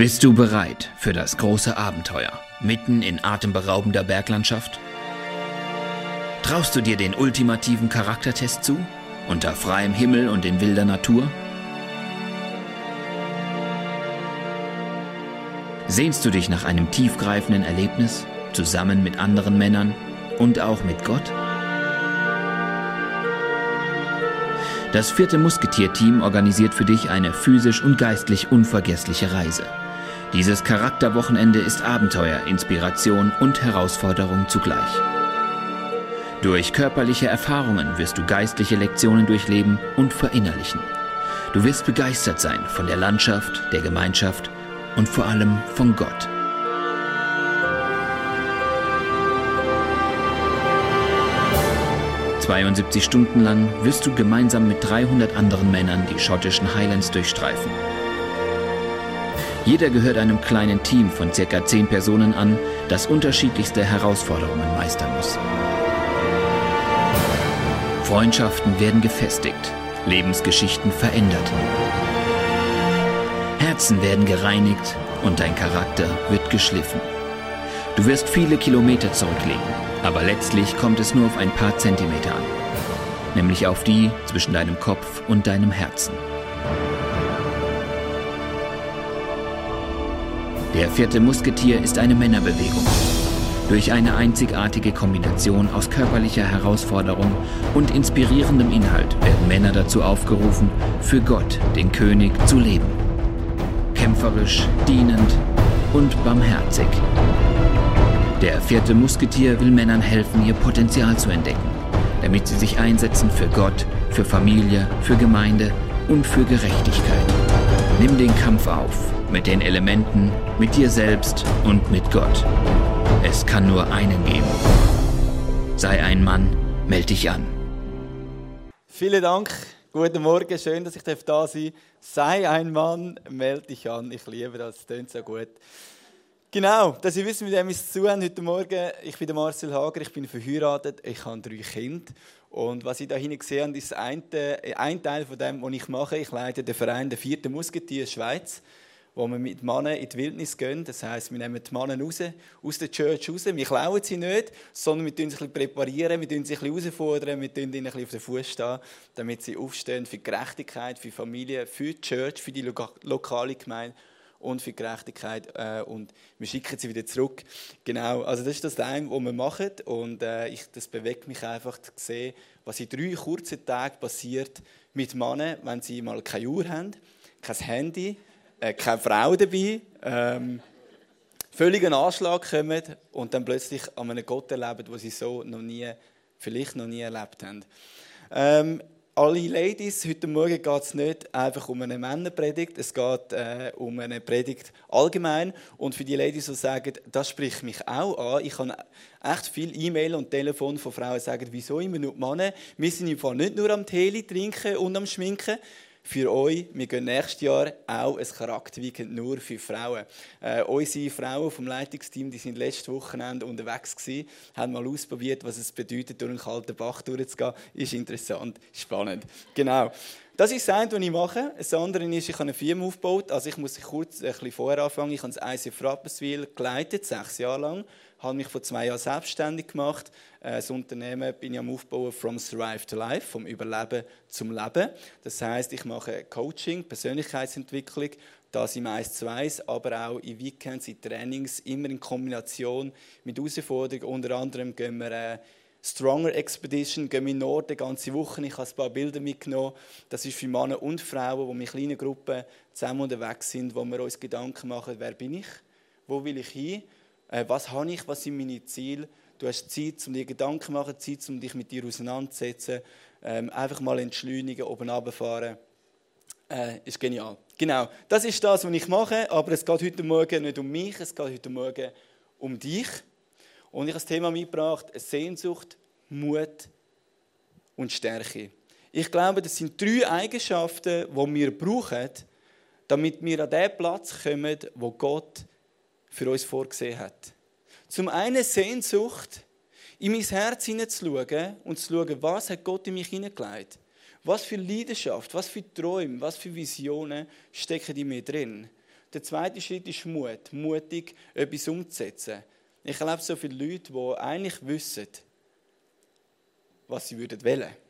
Bist du bereit für das große Abenteuer mitten in atemberaubender Berglandschaft? Traust du dir den ultimativen Charaktertest zu, unter freiem Himmel und in wilder Natur? Sehnst du dich nach einem tiefgreifenden Erlebnis, zusammen mit anderen Männern und auch mit Gott? Das 4. Musketier-Team organisiert für dich eine physisch und geistlich unvergessliche Reise. Dieses Charakterwochenende ist Abenteuer, Inspiration und Herausforderung zugleich. Durch körperliche Erfahrungen wirst du geistliche Lektionen durchleben und verinnerlichen. Du wirst begeistert sein von der Landschaft, der Gemeinschaft und vor allem von Gott. – 72 Stunden lang wirst du gemeinsam mit 300 anderen Männern die schottischen Highlands durchstreifen. Jeder gehört einem kleinen Team von ca. 10 Personen an, das unterschiedlichste Herausforderungen meistern muss. Freundschaften werden gefestigt, Lebensgeschichten verändert. Herzen werden gereinigt und dein Charakter wird geschliffen. Du wirst viele Kilometer zurücklegen, aber letztlich kommt es nur auf ein paar Zentimeter an, nämlich auf die zwischen deinem Kopf und deinem Herzen. Der 4. Musketier ist eine Männerbewegung. Durch eine einzigartige Kombination aus körperlicher Herausforderung und inspirierendem Inhalt werden Männer dazu aufgerufen, für Gott, den König, zu leben. Kämpferisch, dienend und barmherzig. Der 4. Musketier will Männern helfen, ihr Potenzial zu entdecken, damit sie sich einsetzen für Gott, für Familie, für Gemeinde und für Gerechtigkeit. Nimm den Kampf auf, mit den Elementen, mit dir selbst und mit Gott. Es kann nur einen geben. Sei ein Mann, meld dich an. Vielen Dank, guten Morgen, schön, dass ich da sein darf. Sei ein Mann, meld dich an. Ich liebe das, das tönt so gut. Genau, dass ihr wisst, mit dem wir es zu haben heute Morgen. Ich bin Marcel Hager, ich bin verheiratet, ich habe 3 Kinder. Und was ich da hinten gesehen habe, ist ein Teil von dem, was ich mache. Ich leite den Verein der 4. Musketier Schweiz, wo wir mit Männern in die Wildnis gehen. Das heisst, wir nehmen die Männer raus, aus der Church raus. Wir klauen sie nicht, sondern wir präparieren sie ein präparieren, wir sie herausfordern, wir ihnen auf den Fuß stehen, damit sie aufstehen für Gerechtigkeit, für Familie, für die Church, für die lokale Gemeinde und für Gerechtigkeit. Und wir schicken sie wieder zurück. Genau, also das ist das eine, was wir machen. Und das bewegt mich einfach zu sehen, was in 3 kurzen Tagen passiert mit Männern, wenn sie mal keine Uhr haben, kein Handy, keine Frau dabei, völligen Anschlag kommen und dann plötzlich an einem Gott erleben, den sie so vielleicht noch nie erlebt haben. Alle Ladies, heute Morgen geht es nicht einfach um eine Männerpredigt, es geht um eine Predigt allgemein. Und für die Ladies, die sagen, das spricht mich auch an, ich habe echt viele E-Mail und Telefon von Frauen, die sagen, wieso immer nur die Männer? Wir sind im Fall nicht nur am Tee trinken und am Schminken. Für euch, wir gehen nächstes Jahr auch ein Charakterweekend nur für Frauen. Unsere Frauen vom Leitungsteam, die sind letztes Wochenende unterwegs gewesen, haben mal ausprobiert, was es bedeutet, durch einen kalten Bach durchzugehen. Ist interessant, spannend. Genau. Das ist das eine, was ich mache. Das andere ist, ich habe eine Firma aufgebaut. Also ich muss kurz ein bisschen vorher anfangen. Ich habe das ICF Rapperswil geleitet, 6 Jahre lang. Habe mich vor 2 Jahren selbstständig gemacht. Das Unternehmen bin ich am Aufbauen «From Thrive to Life», vom Überleben zum Leben. Das heisst, ich mache Coaching, Persönlichkeitsentwicklung, das im 1:1, aber auch in Weekends, in Trainings, immer in Kombination mit Herausforderungen. Unter anderem gehen wir Stronger Expedition, gehen wir in den Norden die ganze Woche. Ich habe ein paar Bilder mitgenommen. Das ist für Männer und Frauen, die mit kleinen Gruppen zusammen unterwegs sind, wo wir uns Gedanken machen, wer bin ich, wo will ich hin, was habe ich, was sind meine Ziele. Du hast Zeit, um dir Gedanken zu machen, Zeit, um dich mit dir auseinanderzusetzen. Einfach mal entschleunigen, oben runterfahren. Ist genial. Genau, das ist das, was ich mache. Aber es geht heute Morgen nicht um mich, es geht heute Morgen um dich. Und ich habe das Thema mitgebracht, Sehnsucht, Mut und Stärke. Ich glaube, das sind 3 Eigenschaften, die wir brauchen, damit wir an den Platz kommen, wo Gott für uns vorgesehen hat. Zum einen Sehnsucht, in mein Herz hineinzuschauen und zu schauen, was hat Gott in mich hineingelegt. Was für Leidenschaft, was für Träume, was für Visionen stecken in mir drin. Der zweite Schritt ist Mut. Mutig, etwas umzusetzen. Ich erlebe so viele Leute, die eigentlich wissen, was sie wollen.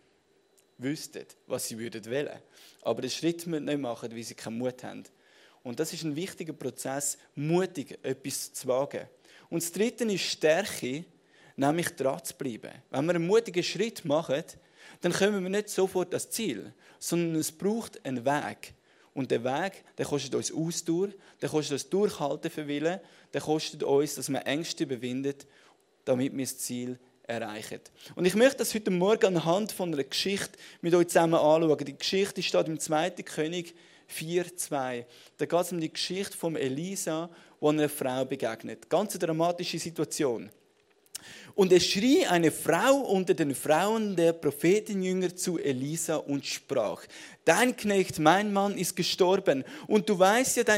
Wüssten, was sie wollen. Aber den Schritt nicht machen, weil sie keinen Mut haben. Und das ist ein wichtiger Prozess, mutig etwas zu wagen. Und das dritte ist Stärke, nämlich dran zu bleiben. Wenn wir einen mutigen Schritt machen, dann kommen wir nicht sofort ans Ziel, sondern es braucht einen Weg. Und der Weg, der kostet uns Ausdauer, der kostet uns Durchhalteverwillen, der kostet uns, dass wir Ängste überwinden, damit wir das Ziel erreichen. Und ich möchte das heute Morgen anhand von einer Geschichte mit euch zusammen anschauen. Die Geschichte steht im 2. König 4,2. Da geht es um die Geschichte von Elisa, wo einer Frau begegnet. Ganz eine dramatische Situation. Und es schrie eine Frau unter den Frauen der Prophetenjünger zu Elisa und sprach: Dein Knecht, mein Mann, ist gestorben. Und du weißt ja,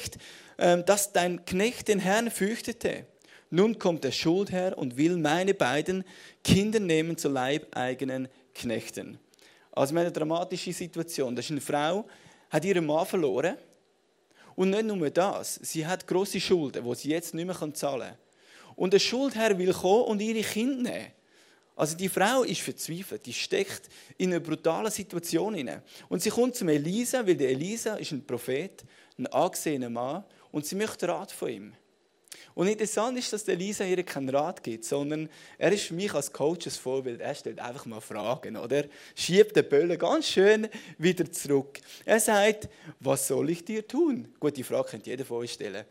dass dein Knecht den Herrn fürchtete. Nun kommt der Schuldherr und will meine beiden Kinder nehmen zu leibeigenen Knechten. Also eine dramatische Situation. Das ist eine Frau, hat ihren Mann verloren. Und nicht nur das, sie hat grosse Schulden, die sie jetzt nicht mehr zahlen kann. Und der Schuldherr will kommen und ihre Kinder nehmen. Also die Frau ist verzweifelt, die steckt in eine brutale Situation hinein. Und sie kommt zum Elisa, weil der Elisa ist ein Prophet, ein angesehener Mann, und sie möchte Rat von ihm. Und interessant ist, dass der Elisa ihr keinen Rat gibt, sondern er ist für mich als Coach ein Vorbild. Er stellt einfach mal Fragen, oder? Schiebt den Böllen ganz schön wieder zurück. Er sagt: Was soll ich dir tun? Gut, die Frage könnte jeder von euch stellen.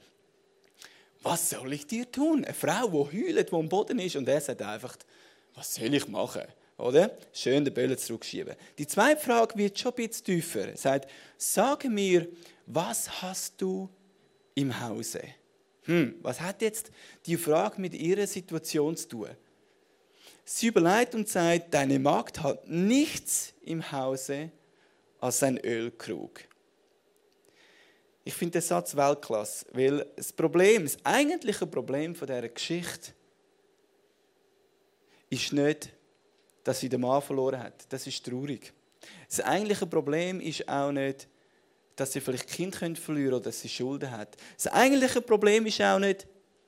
Was soll ich dir tun? Eine Frau, die heult, die am Boden ist, und er sagt einfach: Was soll ich machen? Oder? Schön den Böllen zurückschieben. Die zweite Frage wird schon ein bisschen tiefer. Er sagt: Sage mir, was hast du im Hause? Was hat jetzt die Frage mit ihrer Situation zu tun? Sie überlegt und sagt: Deine Magd hat nichts im Hause als ein Ölkrug. Ich finde den Satz Weltklasse, weil das eigentliche Problem von dieser Geschichte ist nicht, dass sie den Mann verloren hat. Das ist traurig. Das eigentliche Problem ist auch nicht, dass sie vielleicht Kind verlieren können oder dass sie Schulden hat. Das eigentliche Problem ist auch nicht,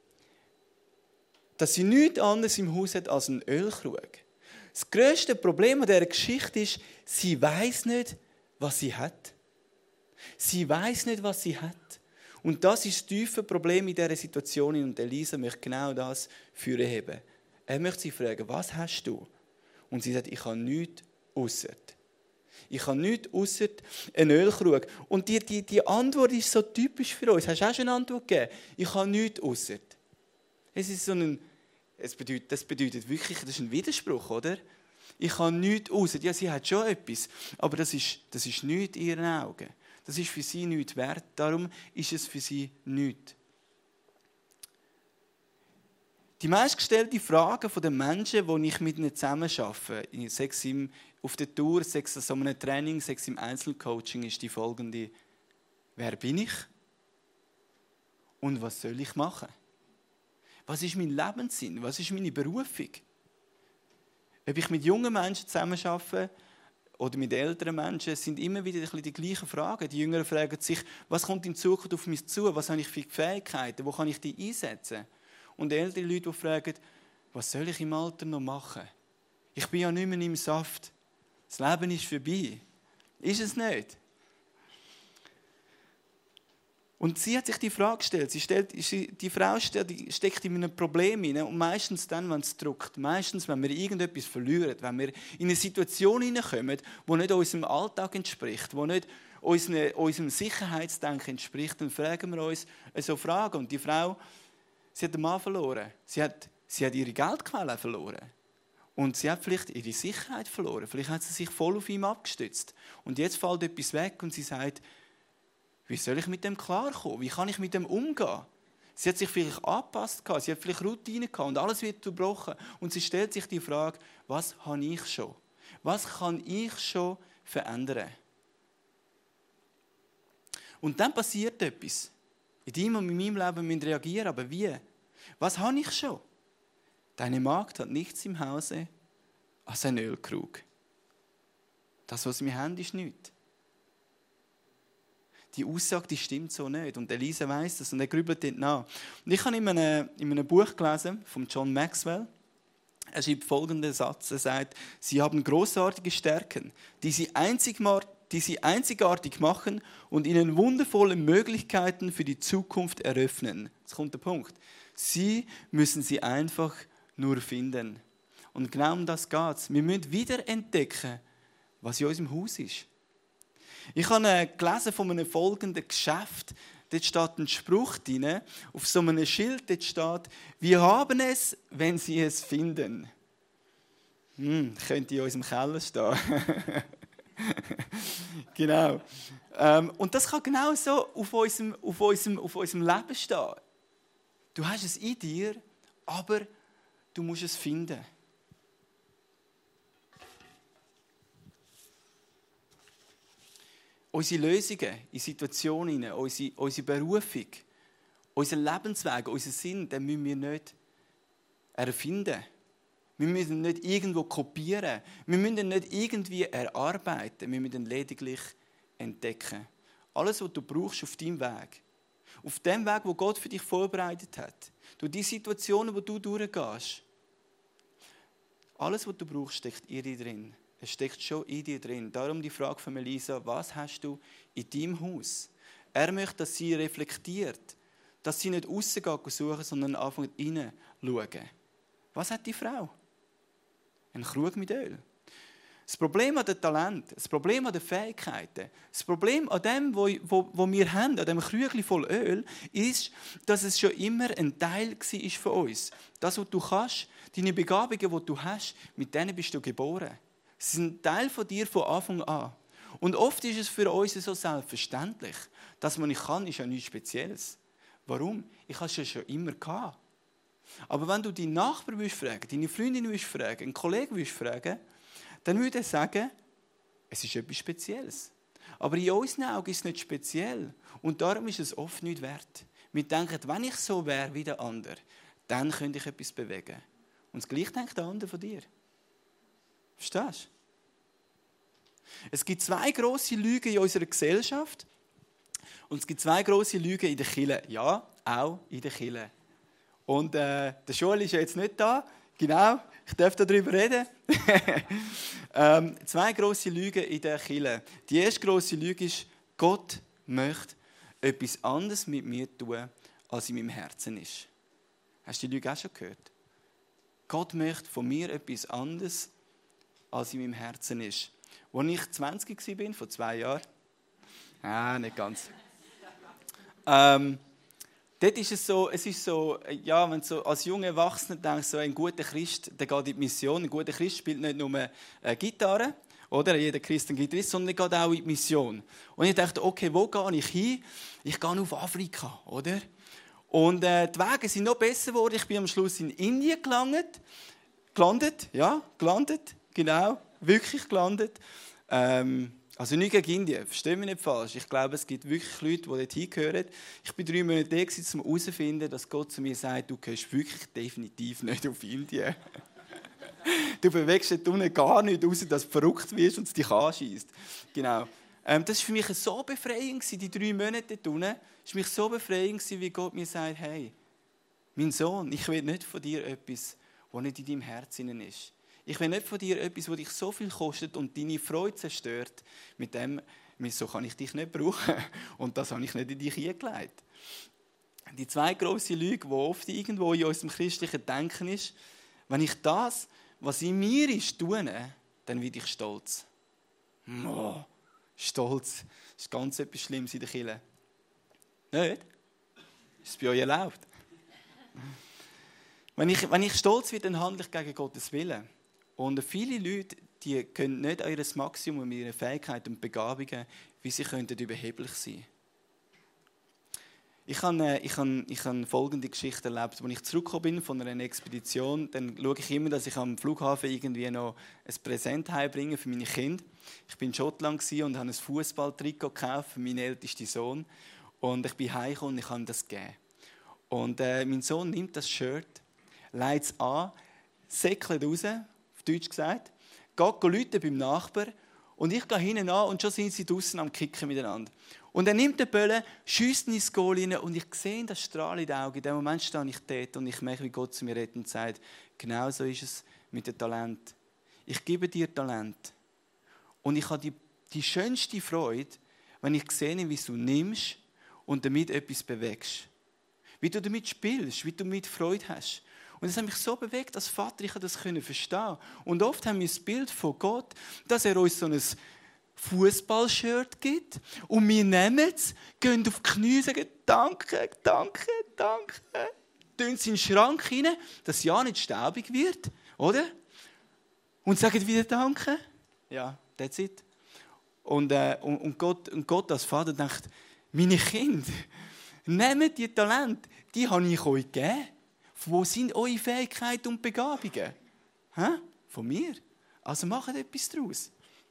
dass sie nichts anderes im Haus hat als einen Ölkrug. Das grösste Problem an dieser Geschichte ist, sie weiß nicht, was sie hat. Sie weiß nicht, was sie hat. Und das ist das tiefe Problem in dieser Situation. Und Elisa möchte genau das hervorheben. Er möchte sie fragen: Was hast du? Und sie sagt: Ich habe nichts ausser. Ich habe nichts ausser einen Ölkrug. Und die Antwort ist so typisch für uns. Hast du auch schon eine Antwort gegeben? Ich habe nichts ausser. Es ist das bedeutet wirklich, das ist ein Widerspruch, oder? Ich habe nichts ausser. Ja, sie hat schon etwas, aber das ist nichts in ihren Augen. Das ist für sie nichts wert, darum ist es für sie nichts. Die meistgestellte Frage der Menschen, die ich mit ihnen zusammenarbeite, sei es auf der Tour, sei es in so einem Training, sei es im Einzelcoaching, ist die folgende: Wer bin ich? Und was soll ich machen? Was ist mein Lebenssinn? Was ist meine Berufung? Ob ich mit jungen Menschen zusammenarbeite oder mit älteren Menschen, sind immer wieder die gleichen Fragen. Die Jüngeren fragen sich: Was kommt in Zukunft auf mich zu? Was habe ich für Fähigkeiten? Wo kann ich die einsetzen? Und ältere Leute, die fragen: Was soll ich im Alter noch machen? Ich bin ja nicht mehr im Saft. Das Leben ist vorbei. Ist es nicht? Und sie hat sich die Frage gestellt. Die Frau steckt in einem Problem hinein. Und meistens dann, wenn es drückt, meistens, wenn wir irgendetwas verlieren, wenn wir in eine Situation hineinkommen, die nicht unserem Alltag entspricht, die nicht unserem Sicherheitsdenken entspricht, dann fragen wir uns so Fragen. Und die Frau, sie hat den Mann verloren. Sie hat ihre Geldquelle verloren. Und sie hat vielleicht ihre Sicherheit verloren. Vielleicht hat sie sich voll auf ihn abgestützt. Und jetzt fällt etwas weg und sie sagt: Wie soll ich mit dem klarkommen? Wie kann ich mit dem umgehen? Sie hat sich vielleicht angepasst, sie hat vielleicht Routine gehabt und alles wird unterbrochen. Und sie stellt sich die Frage: Was habe ich schon? Was kann ich schon verändern? Und dann passiert etwas. In deinem und in meinem Leben müssen wir reagieren, aber wie? Was habe ich schon? Deine Magd hat nichts im Hause als ein Ölkrug. Das, was wir haben, ist nichts. die Aussage, die stimmt so nicht. Und Elisa weiss das und er grübelt dort nach. Und ich habe in einem Buch gelesen von John Maxwell. Er schreibt folgenden Satz. Er sagt, sie haben großartige Stärken, die sie einzigartig machen und ihnen wundervolle Möglichkeiten für die Zukunft eröffnen. Jetzt kommt der Punkt. Sie müssen sie einfach nur finden. Und genau um das geht es. Wir müssen wieder entdecken, was in unserem Haus ist. Ich habe gelesen von einem folgenden Geschäft. Dort steht ein Spruch drin, auf so einem Schild dort steht, wir haben es, wenn Sie es finden. Könnte in unserem Keller stehen. Genau. Und das kann genau so auf unserem Leben stehen. Du hast es in dir, aber du musst es finden. Unsere Lösungen in Situationen, unsere Berufung, unser Lebensweg, unser Sinn, den müssen wir nicht erfinden. Wir müssen nicht irgendwo kopieren. Wir müssen ihn nicht irgendwie erarbeiten. Wir müssen ihn lediglich entdecken. Alles, was du brauchst auf deinem Weg. Auf dem Weg, wo Gott für dich vorbereitet hat. Durch die Situationen, wo du durchgehst. Alles, was du brauchst, steckt in dir drin. Es steckt schon in dir drin. Darum die Frage von Elisa, was hast du in deinem Haus? Er möchte, dass sie reflektiert, dass sie nicht aussen geht suchen, sondern anfängt hineinschauen. Was hat die Frau? Ein Krug mit Öl. Das Problem an den Talenten, das Problem an den Fähigkeiten, das Problem an dem, was wir haben, an dem Krügli voll Öl, ist, dass es schon immer ein Teil war von uns. Das, was du kannst, deine Begabungen, die du hast, mit denen bist du geboren. Sie sind ein Teil von dir von Anfang an. Und oft ist es für uns so selbstverständlich. Das, was ich kann, ist ja nichts Spezielles. Warum? Ich habe es ja schon immer gehabt. Aber wenn du deinen Nachbarn fragen, deine Freundin fragen, einen Kollegen fragen, dann würde er sagen, es ist etwas Spezielles. Aber in unseren Augen ist es nicht speziell. Und darum ist es oft nicht wert. Wir denken, wenn ich so wäre wie der andere, dann könnte ich etwas bewegen. Und das Gleiche denkt der andere von dir. Verstehst du? Es gibt 2 grosse Lügen in unserer Gesellschaft und es gibt 2 grosse Lügen in der Kirche. Ja, auch in der Kirche. Und der Joel ist ja jetzt nicht da. Genau, ich darf darüber reden. 2 grosse Lügen in der Kirche. Die erste grosse Lüge ist, Gott möchte etwas anderes mit mir tun, als in meinem Herzen ist. Hast du die Lüge auch schon gehört? Gott möchte von mir etwas anderes, als in meinem Herzen ist. Als ich 20 war, vor 2 Jahren, nicht ganz. Dort ist es so, ja, wenn du so als junger Erwachsener denkst, so ein guter Christ, der geht in die Mission. Ein guter Christ spielt nicht nur Gitarre, oder? Jeder Christ ein Gitarrist, sondern er geht auch in die Mission. Und ich dachte, okay, wo gehe ich hin? Ich gehe auf Afrika, oder? Und die Wege sind noch besser geworden. Ich bin am Schluss in Indien gelandet, genau, wirklich gelandet. Also nicht gegen Indien, versteh mich nicht falsch. Ich glaube, es gibt wirklich Leute, die dort hingehören. Ich bin 3 Monate da, um herauszufinden, dass Gott zu mir sagt, du gehörst wirklich definitiv nicht auf Indien. Du bewegst dort unten gar nicht raus, dass du verrückt wirst und es dich anschießt. Genau. Das war für mich so befreiend, die 3 Monate dort unten. Es war für mich so befreiend, wie Gott mir sagt, hey, mein Sohn, ich will nicht von dir etwas, was nicht in deinem Herzen ist. Ich will nicht von dir etwas, das dich so viel kostet und deine Freude zerstört. Mit dem, so kann ich dich nicht brauchen. Und das habe ich nicht in dich hingelegt. Die 2 grosse Lügen, die oft irgendwo in unserem christlichen Denken ist, wenn ich das, was in mir ist, tue, dann werde ich stolz. Oh, stolz. Das ist ganz etwas Schlimmes in der Kirche. Nicht? Ist es bei euch erlaubt? Wenn ich stolz werde, dann handle ich gegen Gottes Willen. Und viele Leute, die können nicht an ihr Maximum mit ihren Fähigkeiten und Begabungen, wie sie könnten überheblich sein. Ich habe folgende Geschichte erlebt. Als ich zurückgekommen bin von einer Expedition, dann schaue ich immer, dass ich am Flughafen irgendwie noch ein Präsent heimbringe für meine Kinder. Ich war in Schottland und habe ein Fußballtrikot gekauft für meinen ältesten Sohn. Und ich bin heimgekommen und ich habe ihm das gegeben. Und mein Sohn nimmt das Shirt, legt es an, säckelt raus, auf Deutsch gesagt, geht rufen beim Nachbar und ich gehe hinten an und schon sind sie draussen am Kicken miteinander. Und er nimmt den Böllen, schiesst ihn ins Goal rein und ich sehe das Strahlen in den Augen. In dem Moment stehe ich dort und ich merke, wie Gott zu mir redet und sagt, genau so ist es mit dem Talent. Ich gebe dir Talent. Und ich habe die schönste Freude, wenn ich sehe, wie du nimmst und damit etwas bewegst. Wie du damit spielst, wie du damit Freude hast. Und das hat mich so bewegt als Vater, ich konnte das verstehen. Und oft haben wir das Bild von Gott, dass er uns so ein Fußballshirt gibt und wir nehmen es, gehen auf die Knie und sagen «Danke, danke, danke». Tun es in den Schrank rein, dass es ja nicht staubig wird, oder? Und sagen wieder «Danke». Ja, that's it. Und Gott als Vater denkt, meine Kinder, nehmt die Talente, die habe ich euch gegeben. Wo sind eure Fähigkeiten und Begabungen? Von mir. Also macht etwas daraus.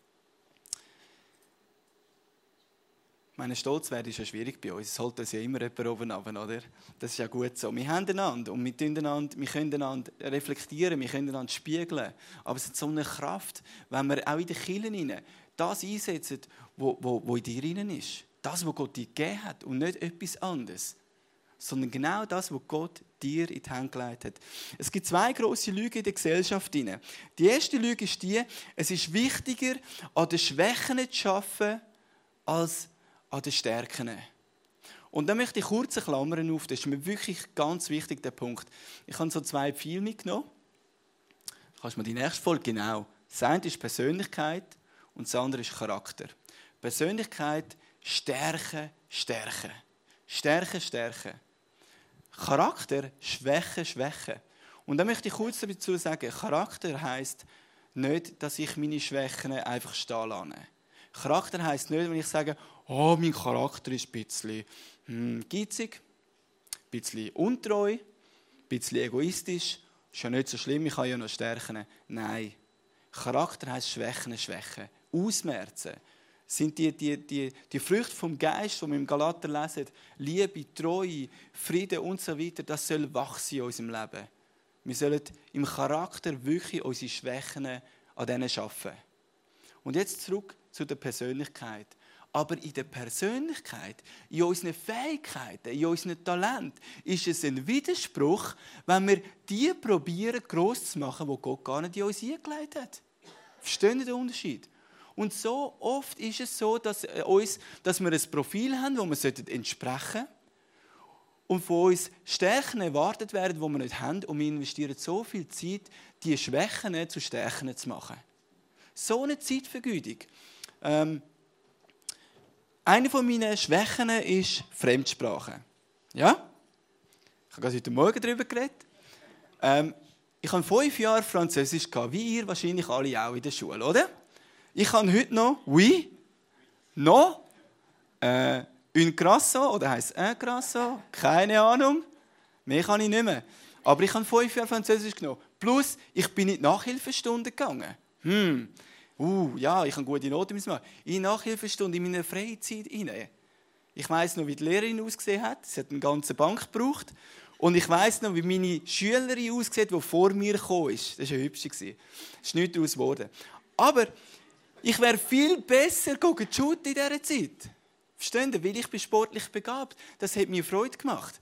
Meine Stolz werden ist ja schwierig bei uns. Es holt uns ja immer jemand oben runter, oder? Das ist ja gut so. Wir haben einander und wir können einander reflektieren, wir können einander spiegeln. Aber es hat so eine Kraft, wenn wir auch in den Kirchen das einsetzen, was in dir drin ist. Das, was Gott dir gegeben hat und nicht etwas anderes. Sondern genau das, was Gott dir in die Hand gelegt hat. Es gibt 2 grosse Lügen in der Gesellschaft. Die erste Lüge ist die, es ist wichtiger, an den Schwächen zu arbeiten, als an den Stärken. Und da möchte ich kurze Klammern auf, das ist mir wirklich ganz wichtig, der Punkt. Ich habe so 2 Pfeile mitgenommen. Kannst du mir die nächste Folge genau. Das eine ist Persönlichkeit und das andere ist Charakter. Persönlichkeit, Stärke, Stärke. Stärke, Stärke. Charakter, Schwäche, Schwäche. Und da möchte ich kurz dazu sagen, Charakter heisst nicht, dass ich meine Schwächen einfach stehen lasse. Charakter heisst nicht, wenn ich sage, oh, mein Charakter ist ein bisschen geizig, ein bisschen untreu, ein bisschen egoistisch. Ist ja nicht so schlimm, ich habe ja noch Stärken. Nein. Charakter heisst Schwächen, Schwächen. Ausmerzen. Sind die Früchte vom Geist, die wir im Galater lesen, Liebe, Treue, Frieden und so weiter, das soll wachsen in unserem Leben. Wir sollen im Charakter wirklich unsere Schwächen an denen arbeiten. Und jetzt zurück zu der Persönlichkeit. Aber in der Persönlichkeit, in unseren Fähigkeiten, in unseren Talenten, ist es ein Widerspruch, wenn wir die probieren, gross zu machen, die Gott gar nicht in uns eingelegt hat. Verstehen Sie den Unterschied? Und so oft ist es so, dass wir ein Profil haben, wo wir entsprechen sollten. Und von uns Stärken erwartet werden, die wir nicht haben. Und wir investieren so viel Zeit, diese Schwächen zu Stärken zu machen. So eine Zeitvergeudung. Eine von meinen Schwächen ist Fremdsprache. Ja? Ich habe heute Morgen darüber geredet. Ich habe 5 Jahre Französisch gehabt, wie ihr wahrscheinlich alle auch in der Schule, oder? Ich kann heute noch «oui», «non», «un croissant» oder heisst «un croissant», keine Ahnung. Mehr kann ich nicht mehr. Aber ich habe 5 Jahre Französisch genommen. Plus, ich bin in die Nachhilfestunde gegangen. Ja, ich habe gute Noten machen. In die Nachhilfestunde, in meiner Freizeit rein. Ich weiss noch, wie die Lehrerin ausgesehen hat. Sie hat eine ganze Bank gebraucht. Und ich weiss noch, wie meine Schülerin aussieht, die vor mir gekommen ist. Das war eine hübsche. Es ist nichts daraus geworden. Aber ich wäre viel besser shooten in dieser Zeit. Verstehen Sie? Weil ich bin sportlich begabt. Das hat mir Freude gemacht.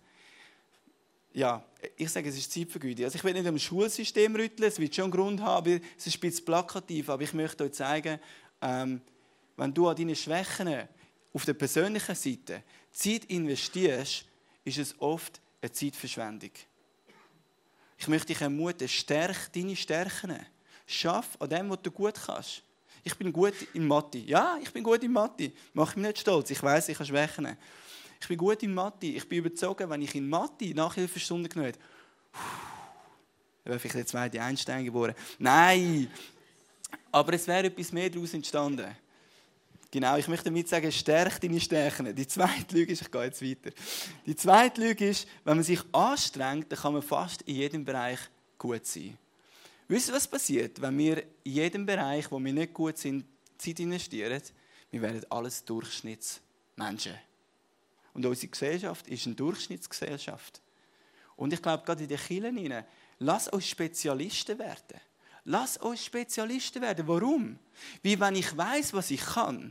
Ja, ich sage, es ist Zeitvergeudung. Also ich will nicht am Schulsystem rütteln, es wird schon einen Grund haben, es ist ein bisschen plakativ, aber ich möchte euch zeigen, wenn du an deine Schwächen auf der persönlichen Seite Zeit investierst, ist es oft eine Zeitverschwendung. Ich möchte dich ermutigen, stärke deine Stärken. Schaff an dem, was du gut kannst. Ich bin gut in Mathe. Ja, ich bin gut in Mathe. Mach mich nicht stolz. Ich weiss, ich habe Schwächen. Ich bin gut in Mathe. Ich bin überzeugt, wenn ich in Mathe Nachhilfestunde genommen hätte, dann wäre vielleicht der zweite Einstein geboren. Nein! Aber es wäre etwas mehr daraus entstanden. Genau, ich möchte damit sagen, stärke deine Stärken. Die zweite Lüge ist, ich gehe jetzt weiter. Die zweite Lüge ist, wenn man sich anstrengt, dann kann man fast in jedem Bereich gut sein. Wisst ihr, was passiert, wenn wir in jedem Bereich, wo wir nicht gut sind, Zeit investieren? Wir werden alles Durchschnittsmenschen. Und unsere Gesellschaft ist eine Durchschnittsgesellschaft. Und ich glaube, gerade in den Kirchen, lass uns Spezialisten werden. Lass uns Spezialisten werden. Warum? Weil wenn ich weiss, was ich kann,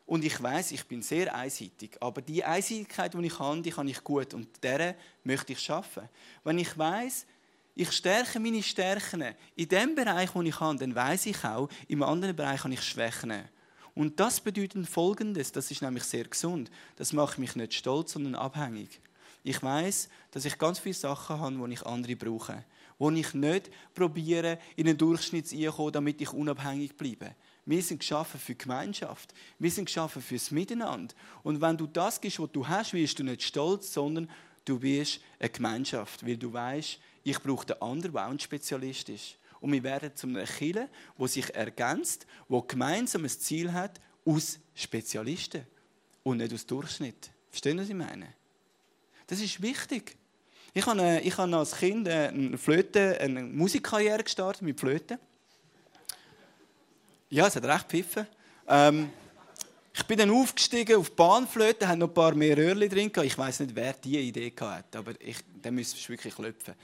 und ich weiss, ich bin sehr einseitig. Aber die Einseitigkeit, die ich habe, die kann ich gut. Und dieser möchte ich schaffen. Wenn ich weiss, ich stärke meine Stärken in dem Bereich, den ich habe, dann weiss ich auch, im anderen Bereich habe ich Schwächen. Und das bedeutet Folgendes, das ist nämlich sehr gesund. Das macht mich nicht stolz, sondern abhängig. Ich weiss, dass ich ganz viele Sachen habe, die ich andere brauche. Wo ich nicht probiere, in einen Durchschnitt reinzukommen, damit ich unabhängig bleibe. Wir sind geschaffen für die Gemeinschaft. Wir sind geschaffen fürs Miteinander. Und wenn du das gibst, was du hast, wirst du nicht stolz, sondern du bist eine Gemeinschaft. Weil du weißt, ich brauche den anderen, der auch ein Spezialist ist. Und wir werden zu einer Kirche, die sich ergänzt, die gemeinsam ein Ziel hat, aus Spezialisten und nicht aus Durchschnitt. Verstehen Sie, was ich meine? Das ist wichtig. Ich habe als Kind eine Musikkarriere gestartet mit Flöte. Ja, es hat recht gepfiffen. Ich bin dann aufgestiegen auf die Bahnflöte, hatte noch ein paar mehr Röhrchen drin. Ich weiss nicht, wer diese Idee hatte, aber dann müsste es wirklich klopfen.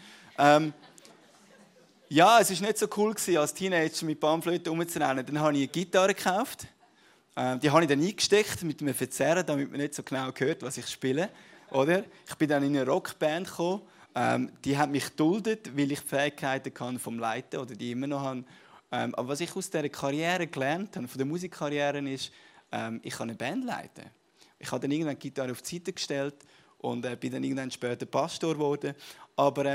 Ja, es war nicht so cool, als Teenager mit Bahnflöte rumzurennen. Dann habe ich eine Gitarre gekauft. Die habe ich dann eingesteckt mit einem Verzerrer, damit man nicht so genau hört, was ich spiele. Oder? Ich bin dann in eine Rockband gekommen. Die hat mich geduldet, weil ich die Fähigkeiten kann vom Leiten oder die immer noch habe. Aber was ich aus dieser Karriere gelernt habe, von der Musikkarriere, ist, ich kann eine Band leiten. Ich habe dann irgendwann die Gitarre auf die Seite gestellt und bin dann irgendwann später Pastor geworden. Aber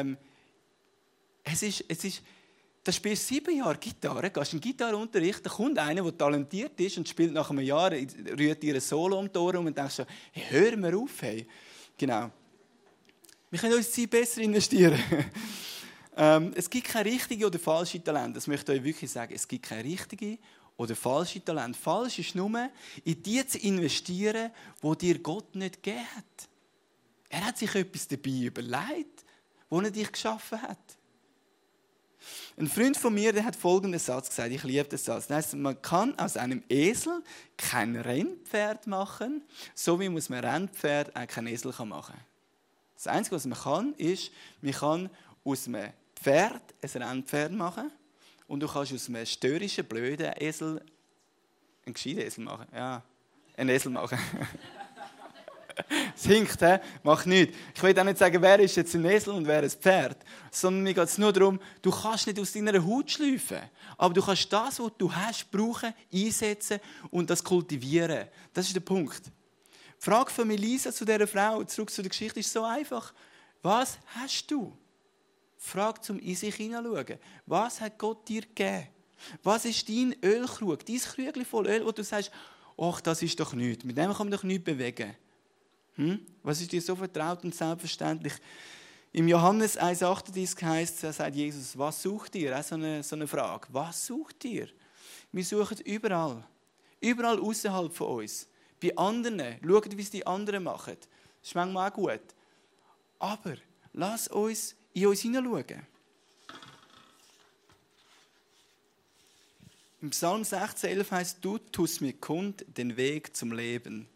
da spielst du 7 Jahre Gitarre, gehst in den Gitarrenunterricht, da kommt einer, der talentiert ist und spielt nach einem Jahr, rührt ihr ein Solo um die Ohren und denkst so, hey, hör mir auf. Hey. Genau. Wir können uns Zeit besser investieren. Es gibt kein richtige oder falsche Talent. Das möchte ich euch wirklich sagen. Es gibt kein richtige oder falsche Talent. Falsch ist nur, in die zu investieren, wo dir Gott nicht gegeben hat. Er hat sich etwas dabei überlegt, wo er dich geschaffen hat. Ein Freund von mir, der hat folgenden Satz gesagt. Ich liebe den Satz. Das heisst, man kann aus einem Esel kein Rennpferd machen, so wie muss man Rennpferd auch kein Esel machen. Das Einzige, was man kann, ist, man kann aus einem Pferd ein Rennpferd machen und du kannst aus einem störrischen, blöden Esel einen gescheiten Esel machen. Ja, einen Esel machen. Es hinkt, he? Macht nichts. Ich will auch nicht sagen, wer ist jetzt ein Esel und wer ein Pferd. Sondern mir geht es nur darum, du kannst nicht aus deiner Haut schleifen. Aber du kannst das, was du hast, brauchen, einsetzen und das kultivieren. Das ist der Punkt. Die Frage von Melissa zu dieser Frau, zurück zu der Geschichte, ist so einfach. Was hast du? Frage zum in sich hineinschauen. Was hat Gott dir gegeben? Was ist dein Ölkrug, dein Krügel voll Öl, wo du sagst, ach, das ist doch nichts, mit dem kann man doch nichts bewegen. Was ist dir so vertraut und selbstverständlich? Im Johannes 1,38 heisst es, da sagt Jesus, was sucht ihr? Auch so eine Frage. Was sucht ihr? Wir suchen überall. Überall außerhalb von uns. Bei anderen. Schaut, wie es die anderen machen. Das ist manchmal auch gut. Aber lass uns in uns hineinschauen. Im Psalm 16,11 heisst, du tust mir kund den Weg zum Leben.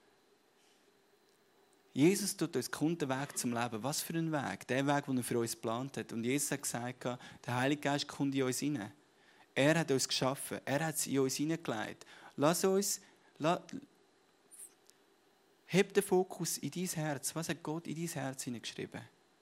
Jesus tut uns kund den Weg zum Leben. Was für ein Weg? Der Weg, den er für uns geplant hat. Und Jesus hat gesagt, der Heilige Geist kommt in uns hinein. Er hat uns geschaffen. Er hat es in uns hineingelegt. Heb den Fokus in dein Herz. Was hat Gott in dein Herz hineingeschrieben?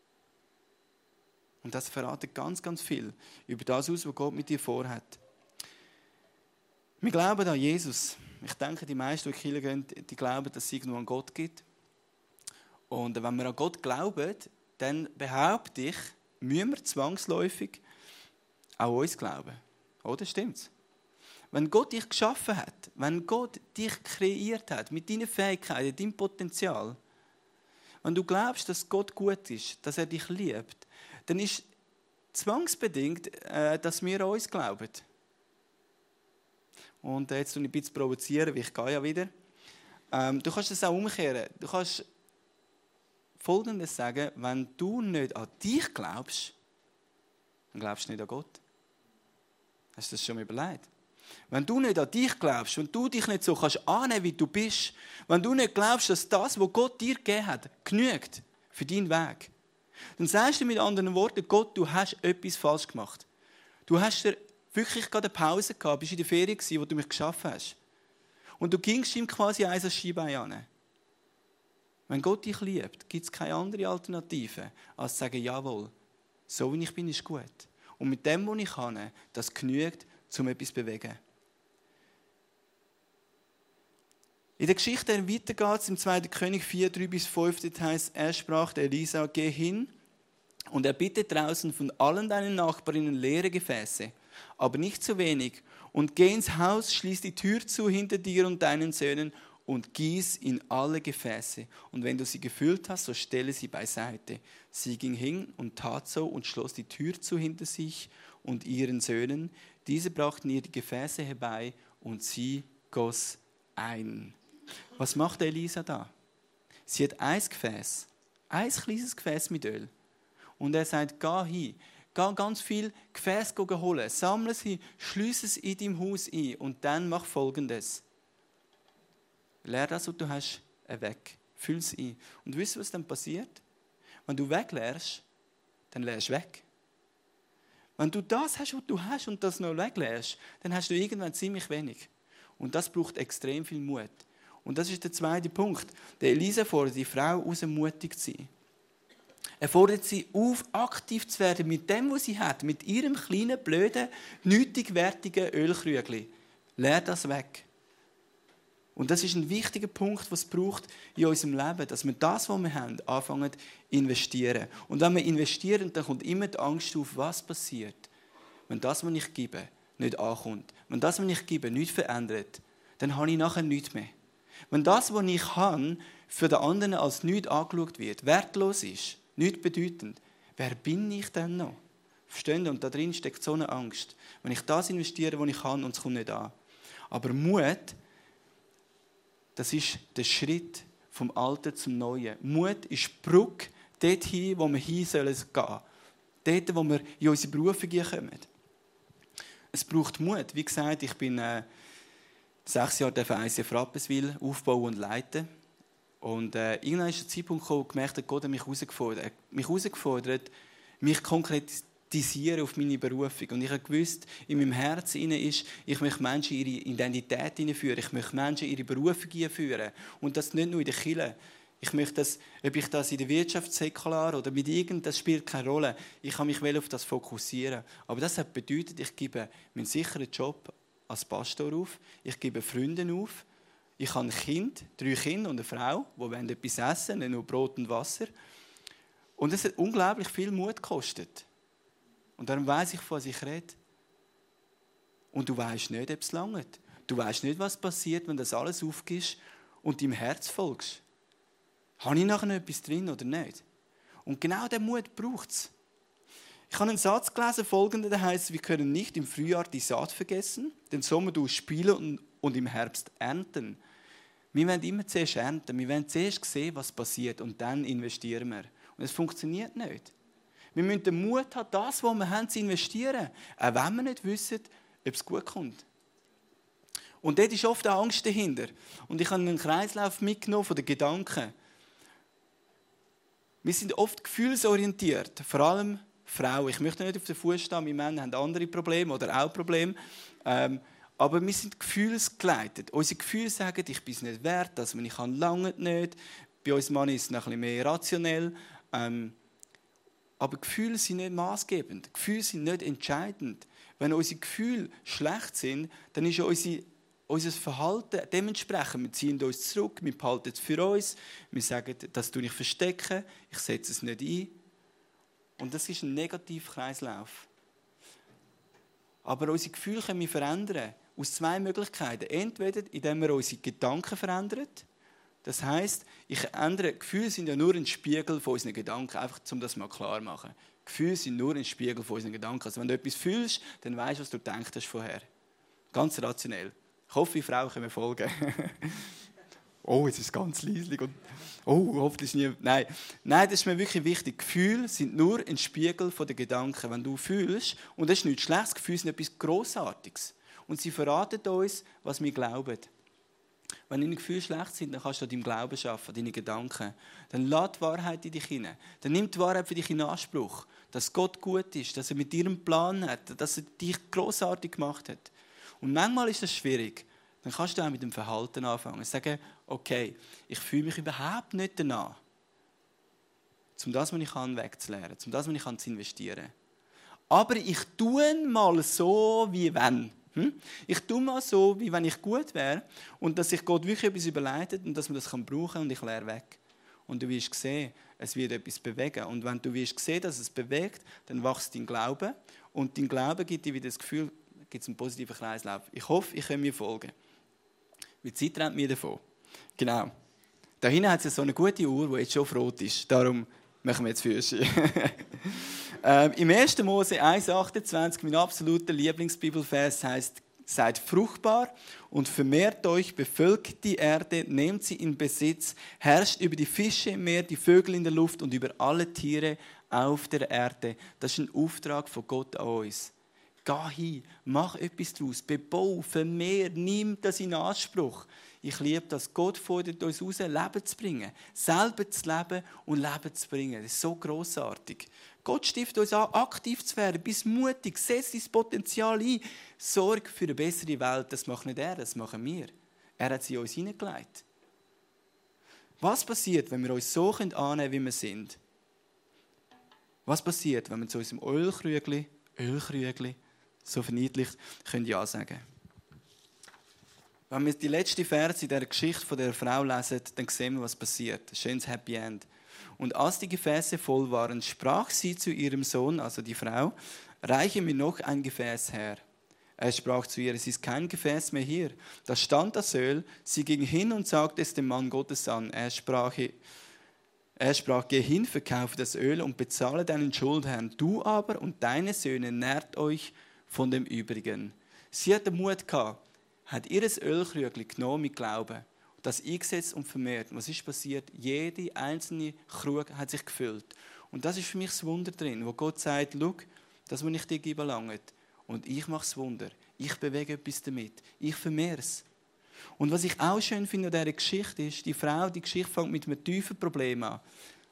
Und das verratet ganz, ganz viel über das aus, was Gott mit dir vorhat. Wir glauben an Jesus. Ich denke, die meisten, die in die Kirche gehen, die glauben, dass es irgendwo einen Gott gibt. Und wenn wir an Gott glauben, dann behaupte ich, müssen wir zwangsläufig auch uns glauben. Oder stimmt's? Wenn Gott dich geschaffen hat, wenn Gott dich kreiert hat, mit deinen Fähigkeiten, deinem Potenzial, wenn du glaubst, dass Gott gut ist, dass er dich liebt, dann ist zwangsbedingt, dass wir an uns glauben. Und jetzt tue ich ein bisschen provozieren, weil ich gehe ja wieder. Du kannst das auch umkehren. Du kannst Folgendes sagen, wenn du nicht an dich glaubst, dann glaubst du nicht an Gott. Hast du das schon mal überlegt? Wenn du nicht an dich glaubst, wenn du dich nicht so kannst annehmen, wie du bist, wenn du nicht glaubst, dass das, was Gott dir gegeben hat, genügt für deinen Weg, dann sagst du mit anderen Worten, Gott, du hast etwas falsch gemacht. Du hast dir wirklich gerade eine Pause gehabt, bist in der Ferien gewesen, wo du mich geschaffen hast. Und du gingst ihm quasi eins als Schienbein an. Wenn Gott dich liebt, gibt es keine andere Alternative, als zu sagen, jawohl, so wie ich bin, ist gut. Und mit dem, was ich kann, das genügt, um etwas zu bewegen. In der Geschichte weiter geht es im 2. König 4, 3-5, das heisst, er sprach der Elisa, geh hin und erbitte draußen von allen deinen Nachbarinnen leere Gefäße, aber nicht zu wenig. Und geh ins Haus, schließ die Tür zu hinter dir und deinen Söhnen und gieß in alle Gefäße. Und wenn du sie gefüllt hast, so stelle sie beiseite. Sie ging hin und tat so und schloss die Tür zu hinter sich und ihren Söhnen. Diese brachten ihr die Gefäße herbei und sie goss ein. Was macht Elisa da? Sie hat ein Gefäß, ein kleines Gefäß mit Öl. Und er sagt, geh hin, geh ganz viel Gefäß holen, sammle sie, schließe es in deinem Haus ein und dann mach Folgendes. Leer das, was du hast, weg. Füll es ein. Und weißt du, was dann passiert? Wenn du wegleerst, dann leerst du weg. Wenn du das hast, was du hast und das noch wegleerst, dann hast du irgendwann ziemlich wenig. Und das braucht extrem viel Mut. Und das ist der zweite Punkt. Der Elisa fordert die Frau aus, mutig zu sein. Er fordert sie auf, aktiv zu werden mit dem, was sie hat, mit ihrem kleinen, blöden, nötigwertigen Ölkrügli. Leer das weg. Und das ist ein wichtiger Punkt, was es braucht in unserem Leben, dass wir das, was wir haben, anfangen zu investieren. Und wenn wir investieren, dann kommt immer die Angst auf, was passiert, wenn das, was ich gebe, nicht ankommt. Wenn das, was ich gebe, nichts verändert, dann habe ich nachher nichts mehr. Wenn das, was ich habe, für den anderen als nichts angeschaut wird, wertlos ist, nichts bedeutend, wer bin ich denn noch? Verstehen Sie? Und da drin steckt so eine Angst. Wenn ich das investiere, was ich kann, und es kommt nicht an. Aber Mut, das ist der Schritt vom Alten zum Neuen. Mut ist die Brücke dorthin, wo wir hin sollen gehen. Dort, wo wir in unsere Berufung kommen. Es braucht Mut. Wie gesagt, ich bin 6 Jahre in ICF Rapperswil aufbauen und leiten. Und irgendwann ist der Zeitpunkt gekommen, wo ich gemerkt habe, Gott hat mich herausgefordert, mich konkretisieren auf meine Berufung. Und ich habe gewusst, in meinem Herzen ist, ich möchte Menschen ihre Identität hineinführen, ich möchte Menschen ihre Berufung hineinführen. Und das nicht nur in der Kirche. Ich möchte das, ob ich das in der Wirtschaft säkular oder mit irgend, das spielt keine Rolle. Ich kann mich auf das fokussieren. Aber das hat bedeutet, ich gebe meinen sicheren Job als Pastor auf, ich gebe Freunde auf, ich habe ein Kind, 3 Kinder und eine Frau, die etwas essen wollen, nicht nur Brot und Wasser. Und es hat unglaublich viel Mut gekostet. Und darum weiss ich, von was ich rede. Und du weisst nicht, ob es langt. Du weisst nicht, was passiert, wenn das alles aufgibst und deinem Herz folgst. Habe ich nachher noch etwas drin oder nicht? Und genau diesen Mut braucht es. Ich habe einen Satz gelesen, folgender, der heisst, wir können nicht im Frühjahr die Saat vergessen, den Sommer durchspielen und im Herbst ernten. Wir wollen immer zuerst ernten, wir wollen zuerst sehen, was passiert und dann investieren wir. Und es funktioniert nicht. Wir müssen den Mut haben, das, was wir haben, zu investieren, auch wenn wir nicht wissen, ob es gut kommt. Und dort ist oft eine Angst dahinter. Und ich habe einen Kreislauf mitgenommen von den Gedanken. Wir sind oft gefühlsorientiert, vor allem Frauen. Ich möchte nicht auf den Fuß stehen, wir Männer haben andere Probleme oder auch Probleme. Aber wir sind gefühlsgeleitet. Unsere Gefühle sagen, ich bin es nicht wert, das, was ich kann, lange nicht. Bei uns Mann ist es noch ein bisschen mehr rationell. Aber Gefühle sind nicht maßgebend. Gefühle sind nicht entscheidend. Wenn unsere Gefühle schlecht sind, dann ist unser Verhalten dementsprechend. Wir ziehen uns zurück, wir behalten es für uns. Wir sagen, das tue ich verstecken, ich setze es nicht ein. Und das ist ein Negativkreislauf. Aber unsere Gefühle können wir verändern. Aus 2 Möglichkeiten. Entweder, indem wir unsere Gedanken verändern. Das heisst, Gefühle sind ja nur ein Spiegel von unseren Gedanken. Einfach, um das mal klar zu machen. Gefühle sind nur ein Spiegel von unseren Gedanken. Also wenn du etwas fühlst, dann weißt du, was du gedacht hast vorher. Ganz rationell. Ich hoffe, die Frauen können mir folgen. Oh, jetzt ist es ganz leislich. Hoffentlich nie. Nein, das ist mir wirklich wichtig. Gefühle sind nur ein Spiegel der Gedanken. Wenn du fühlst, und das ist nichts Schlechtes, Gefühle sind etwas Grossartiges. Und sie verraten uns, was wir glauben. Wenn deine Gefühle schlecht sind, dann kannst du an deinem Glauben arbeiten, deine Gedanken. Dann lass die Wahrheit in dich hinein. Dann nimm die Wahrheit für dich in Anspruch. Dass Gott gut ist, dass er mit dir einen Plan hat, dass er dich grossartig gemacht hat. Und manchmal ist es schwierig, dann kannst du auch mit dem Verhalten anfangen. Sagen, okay, ich fühle mich überhaupt nicht danach, um das, was ich kann, wegzulernen, um das, was ich kann, zu investieren. Aber ich tue mal so, wie wenn. Ich tue mal so, wie wenn ich gut wäre und dass sich Gott wirklich etwas überleitet und dass man das brauchen kann und ich lehre weg. Und du wirst sehen, es wird etwas bewegen. Und wenn du wirst sehen, dass es bewegt, dann wächst dein Glaube. Und dein Glaube gibt dir wieder das Gefühl, gibt es einen positiven Kreislauf. Ich hoffe, ich kann mir folgen. Weil die Zeit rennt mir davon. Genau. Da hinten hat es ja so eine gute Uhr, die jetzt schon auf Rot ist. Darum machen wir jetzt Füße. Im 1. Mose 1,28, mein absoluter Lieblingsbibelvers, heißt: Seid fruchtbar und vermehrt euch, bevölkert die Erde, nehmt sie in Besitz, herrscht über die Fische im Meer, die Vögel in der Luft und über alle Tiere auf der Erde. Das ist ein Auftrag von Gott an uns. Geh hin, mach etwas daraus, bebau, vermehr, nimm das in Anspruch. Ich liebe das. Gott fordert uns raus, Leben zu bringen. Selber zu leben und Leben zu bringen. Das ist so grossartig. Gott stiftet uns an, aktiv zu werden, bist mutig, setz dein Potenzial ein. Sorge für eine bessere Welt, das macht nicht er, das machen wir. Er hat sie in uns hineingelegt. Was passiert, wenn wir uns so annehmen können, wie wir sind? Was passiert, wenn wir zu unserem Ölkrügli, so verniedlicht, können Ja sagen? Wenn wir die letzte Verse in dieser Geschichte von der Frau lesen, dann sehen wir, was passiert. Ein schönes Happy End. Und als die Gefäße voll waren, sprach sie zu ihrem Sohn, also die Frau: Reiche mir noch ein Gefäß her. Er sprach zu ihr: Es ist kein Gefäß mehr hier. Da stand das Öl. Sie ging hin und sagte es dem Mann Gottes an. Er sprach: Geh hin, verkaufe das Öl und bezahle deinen Schuldherrn. Du aber und deine Söhne nährt euch von dem Übrigen. Sie hat den Mut gehabt, hat ihr Ölkrügel genommen mit Glauben, das eingesetzt und vermehrt. Was ist passiert? Jede einzelne Krug hat sich gefüllt. Und das ist für mich das Wunder drin, wo Gott sagt: Schau, das, was ich dir gebe, langt. Und ich mache das Wunder. Ich bewege etwas damit. Ich vermehre es. Und was ich auch schön finde an dieser Geschichte ist, die Geschichte fängt mit einem tiefen Problem an.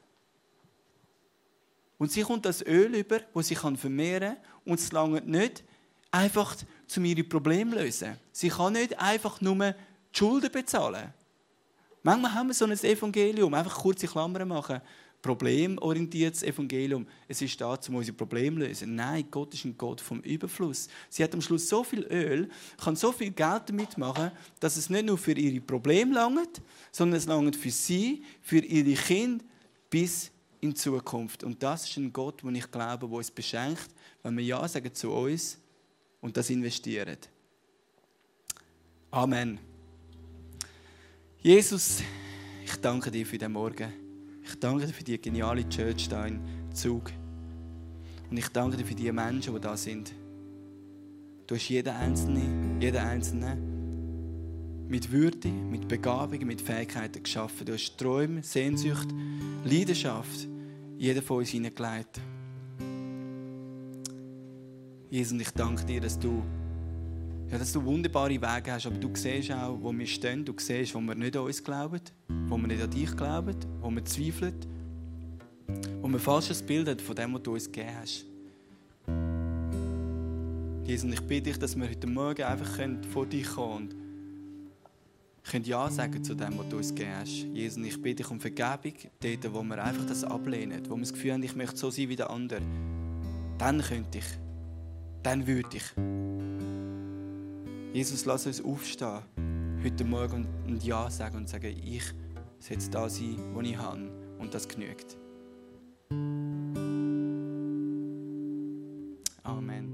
Und sie kommt das Öl über, das sie vermehren kann. Und es langt nicht einfach, um ihre Probleme zu lösen. Sie kann nicht einfach nur die Schulden bezahlen. Manchmal haben wir so ein Evangelium, einfach kurze Klammern machen. Problemorientiertes Evangelium. Es ist da, um unsere Probleme zu lösen. Nein, Gott ist ein Gott vom Überfluss. Sie hat am Schluss so viel Öl, kann so viel Geld damit machen, dass es nicht nur für ihre Probleme langt, sondern es langt für sie, für ihre Kinder bis in Zukunft. Und das ist ein Gott, den ich glaube, der uns beschenkt, wenn wir Ja sagen zu uns und das investieren. Amen. Jesus, ich danke dir für den Morgen. Ich danke dir für die geniale Church hier in Zug. Und ich danke dir für die Menschen, die da sind. Du hast jeden Einzelnen mit Würde, mit Begabung, mit Fähigkeiten geschaffen. Du hast Träume, Sehnsucht, Leidenschaft in jeden von uns hineingelegt. Jesus, und ich danke dir, dass du wunderbare Wege hast, aber du siehst auch, wo wir stehen, du siehst, wo wir nicht an uns glauben, wo wir nicht an dich glauben, wo wir zweifeln, wo wir ein falsches Bild haben von dem, was du uns gegeben hast. Jesus, und ich bitte dich, dass wir heute Morgen einfach vor dich kommen und Ja sagen zu dem, was du uns gegeben hast. Jesus, und ich bitte dich um Vergebung, dort, wo wir einfach das ablehnen, wo wir das Gefühl haben, ich möchte so sein wie der andere. Dann könnte ich, dann würde ich. Jesus, lass uns aufstehen heute Morgen und Ja sagen und sagen: Ich setze da sein, wo ich habe, und das genügt. Amen.